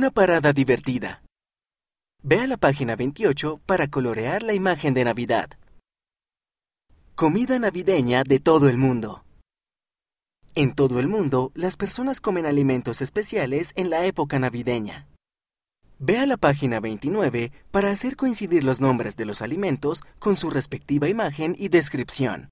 Una parada divertida. Ve a la página 28 para colorear la imagen de Navidad. Comida navideña de todo el mundo. En todo el mundo, las personas comen alimentos especiales en la época navideña. Ve a la página 29 para hacer coincidir los nombres de los alimentos con su respectiva imagen y descripción.